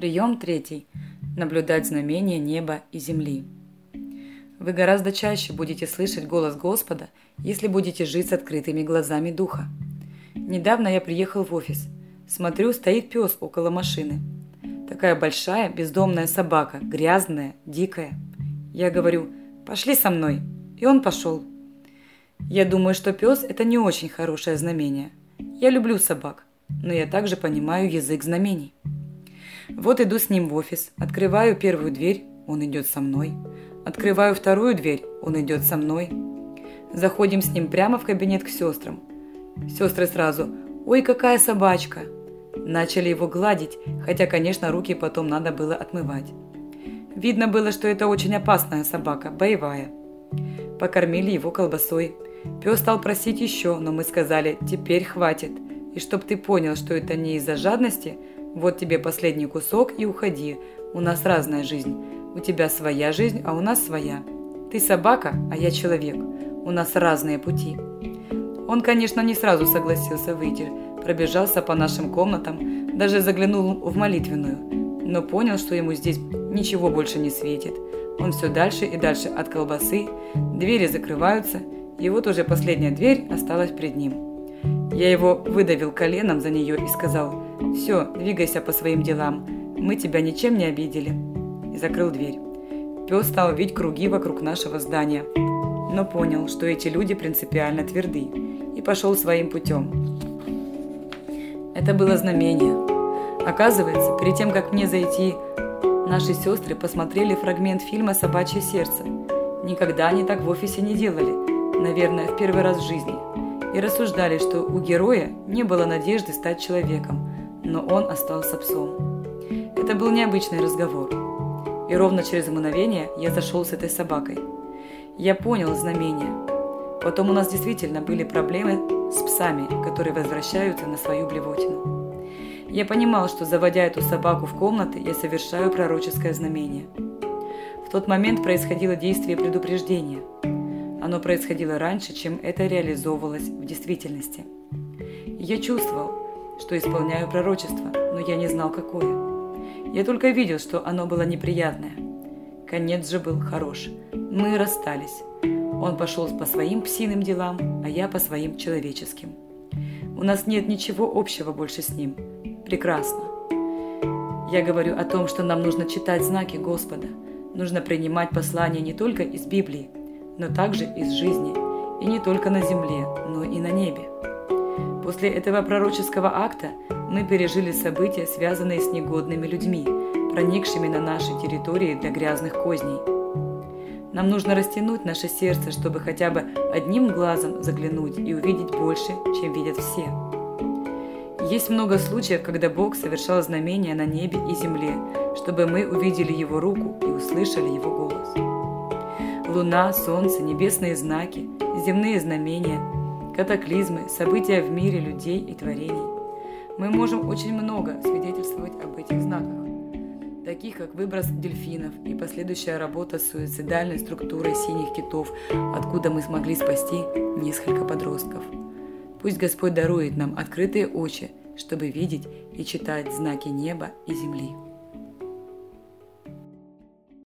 Прием третий. Наблюдать знамения неба и земли. Вы гораздо чаще будете слышать голос Господа, если будете жить с открытыми глазами Духа. Недавно я приехал в офис. Смотрю, стоит пес около машины. Такая большая бездомная собака, грязная, дикая. Я говорю: «Пошли со мной». И он пошел. Я думаю, что пес – это не очень хорошее знамение. Я люблю собак, но я также понимаю язык знамений. Вот иду с ним в офис, открываю первую дверь, он идет со мной. Открываю вторую дверь, он идет со мной. Заходим с ним прямо в кабинет к сестрам. Сестры сразу: «Ой, какая собачка!» Начали его гладить, хотя, конечно, руки потом надо было отмывать. Видно было, что это очень опасная собака, боевая. Покормили его колбасой. Пес стал просить еще, но мы сказали: «Теперь хватит. И чтоб ты понял, что это не из-за жадности, вот тебе последний кусок и уходи. У нас разная жизнь. У тебя своя жизнь, а у нас своя. Ты собака, а я человек. У нас разные пути». Он, конечно, не сразу согласился выйти, пробежался по нашим комнатам, даже заглянул в молитвенную, но понял, что ему здесь ничего больше не светит. Он все дальше и дальше от колбасы, двери закрываются, и вот уже последняя дверь осталась перед ним. Я его выдавил коленом за нее и сказал: «Все, двигайся по своим делам, мы тебя ничем не обидели», и закрыл дверь. Пес стал видеть круги вокруг нашего здания, но понял, что эти люди принципиально тверды, и пошел своим путем. Это было знамение. Оказывается, перед тем, как мне зайти, наши сестры посмотрели фрагмент фильма «Собачье сердце». Никогда они так в офисе не делали, наверное, в первый раз в жизни, и рассуждали, что у героя не было надежды стать человеком, но он остался псом. Это был необычный разговор. И ровно через мгновение я зашел с этой собакой. Я понял знамение. Потом у нас действительно были проблемы с псами, которые возвращаются на свою блевотину. Я понимал, что, заводя эту собаку в комнаты, я совершаю пророческое знамение. В тот момент происходило действие предупреждения. Оно происходило раньше, чем это реализовывалось в действительности. Я чувствовал, что исполняю пророчество, но я не знал, какое. Я только видел, что оно было неприятное. Конец же был хорош. Мы расстались. Он пошел по своим псиным делам, а я по своим человеческим. У нас нет ничего общего больше с ним. Прекрасно. Я говорю о том, что нам нужно читать знаки Господа. Нужно принимать послания не только из Библии, но также из жизни, и не только на земле, но и на небе. После этого пророческого акта мы пережили события, связанные с негодными людьми, проникшими на наши территории для грязных козней. Нам нужно растянуть наше сердце, чтобы хотя бы одним глазом заглянуть и увидеть больше, чем видят все. Есть много случаев, когда Бог совершал знамения на небе и земле, чтобы мы увидели Его руку и услышали Его голос. Луна, солнце, небесные знаки, земные знамения, катаклизмы, события в мире людей и творений. Мы можем очень много свидетельствовать об этих знаках, таких как выброс дельфинов и последующая работа с суицидальной структурой синих китов, откуда мы смогли спасти несколько подростков. Пусть Господь дарует нам открытые очи, чтобы видеть и читать знаки неба и земли.